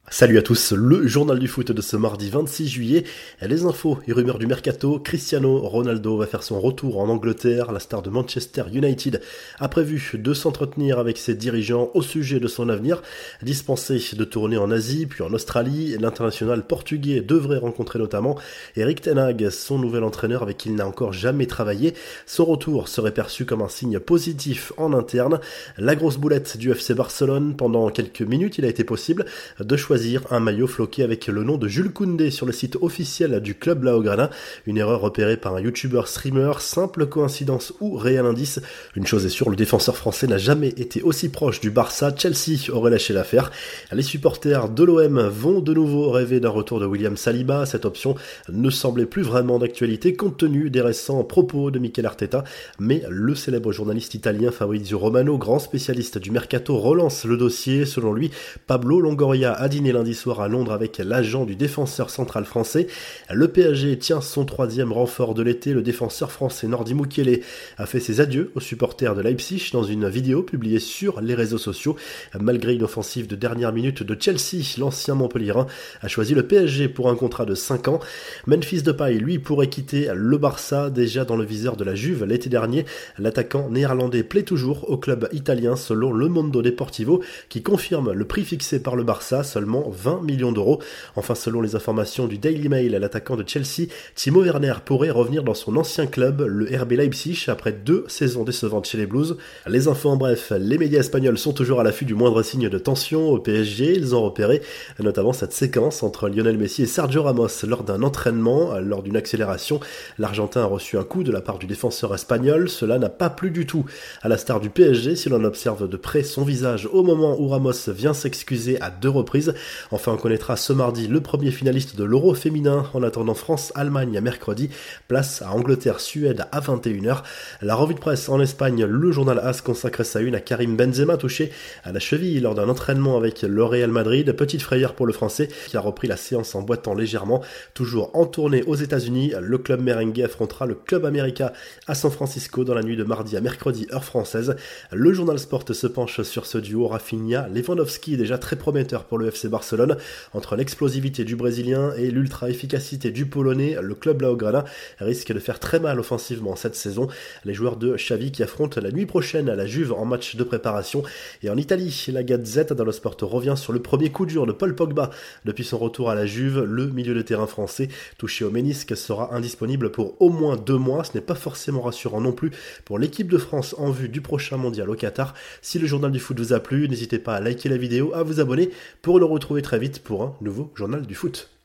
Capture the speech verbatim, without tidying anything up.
Salut à tous, le journal du foot de ce mardi vingt-six juillet. Les infos et rumeurs du mercato. Cristiano Ronaldo va faire son retour en Angleterre. La star de Manchester United a prévu de s'entretenir avec ses dirigeants au sujet de son avenir. Dispensé de tourner en Asie puis en Australie, l'international portugais devrait rencontrer notamment Erik ten Hag, son nouvel entraîneur avec qui il n'a encore jamais travaillé. Son retour serait perçu comme un signe positif en interne. La grosse boulette du F C Barcelone, pendant quelques minutes il a été possible de choisir un maillot floqué avec le nom de Jules Koundé sur le site officiel du club Blaugrana. Une erreur repérée par un youtubeur streamer, simple coïncidence ou réel indice. Une chose est sûre, le défenseur français n'a jamais été aussi proche du Barça. Chelsea aurait lâché l'affaire. Les supporters de l'O M vont de nouveau rêver d'un retour de William Saliba. Cette option ne semblait plus vraiment d'actualité compte tenu des récents propos de Mikel Arteta, mais le célèbre journaliste italien Fabrizio Romano, grand spécialiste du mercato, relance le dossier. Selon lui, Pablo Longoria a dîné lundi soir à Londres avec l'agent du défenseur central français. Le P S G tient son troisième renfort de l'été. Le défenseur français Nordi Mukiele a fait ses adieux aux supporters de Leipzig dans une vidéo publiée sur les réseaux sociaux. Malgré une offensive de dernière minute de Chelsea, l'ancien Montpellierin a choisi le P S G pour un contrat de cinq ans. Memphis Depay, lui, pourrait quitter le Barça, déjà dans le viseur de la Juve l'été dernier. L'attaquant néerlandais plaît toujours au club italien selon le Mondo Deportivo qui confirme le prix fixé par le Barça, seulement vingt millions d'euros. Enfin, selon les informations du Daily Mail, l'attaquant de Chelsea, Timo Werner, pourrait revenir dans son ancien club, le R B Leipzig, après deux saisons décevantes chez les Blues. Les infos en bref, les médias espagnols sont toujours à l'affût du moindre signe de tension au P S G. Ils ont repéré notamment cette séquence entre Lionel Messi et Sergio Ramos lors d'un entraînement. Lors d'une accélération, l'Argentin a reçu un coup de la part du défenseur espagnol. Cela n'a pas plu du tout à la star du P S G si l'on observe de près son visage au moment où Ramos vient s'excuser à deux reprises. Enfin, on connaîtra ce mardi le premier finaliste de l'Euro féminin. En attendant France-Allemagne à mercredi, place à Angleterre-Suède à vingt et une heures. La revue de presse en Espagne, le journal AS consacre sa une à Karim Benzema, touché à la cheville lors d'un entraînement avec le Real Madrid. Petite frayeur pour le Français qui a repris la séance en boitant légèrement. Toujours en tournée aux États-Unis, le club merengue affrontera le club América à San Francisco dans la nuit de mardi à mercredi heure française. Le journal Sport se penche sur ce duo Rafinha-Lewandowski, déjà très prometteur pour le F C Barcelone. Entre l'explosivité du Brésilien et l'ultra-efficacité du Polonais, le club Blaugrana risque de faire très mal offensivement cette saison. Les joueurs de Xavi qui affrontent la nuit prochaine à la Juve en match de préparation. Et en Italie, la Gazette dello Sport revient sur le premier coup dur de Paul Pogba. Depuis son retour à la Juve, le milieu de terrain français touché au ménisque sera indisponible pour au moins deux mois. Ce n'est pas forcément rassurant non plus pour l'équipe de France en vue du prochain mondial au Qatar. Si le journal du foot vous a plu, n'hésitez pas à liker la vidéo, à vous abonner pour le retrouver très vite pour un nouveau journal du foot.